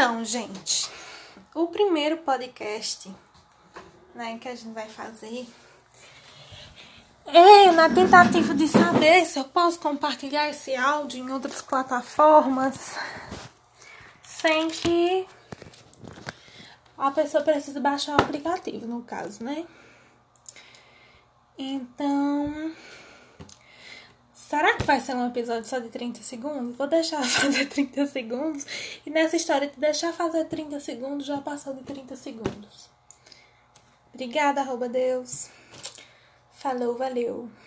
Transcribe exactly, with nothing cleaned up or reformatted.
Então, gente, o primeiro podcast, né, que a gente vai fazer é na tentativa de saber se eu posso compartilhar esse áudio em outras plataformas sem que a pessoa precise baixar o aplicativo, no caso, né? Então, será que vai ser um episódio só de trinta segundos? Vou deixar fazer trinta segundos. E nessa história de deixar fazer trinta segundos, já passou de trinta segundos. Obrigada, arroba Deus. Falou, valeu.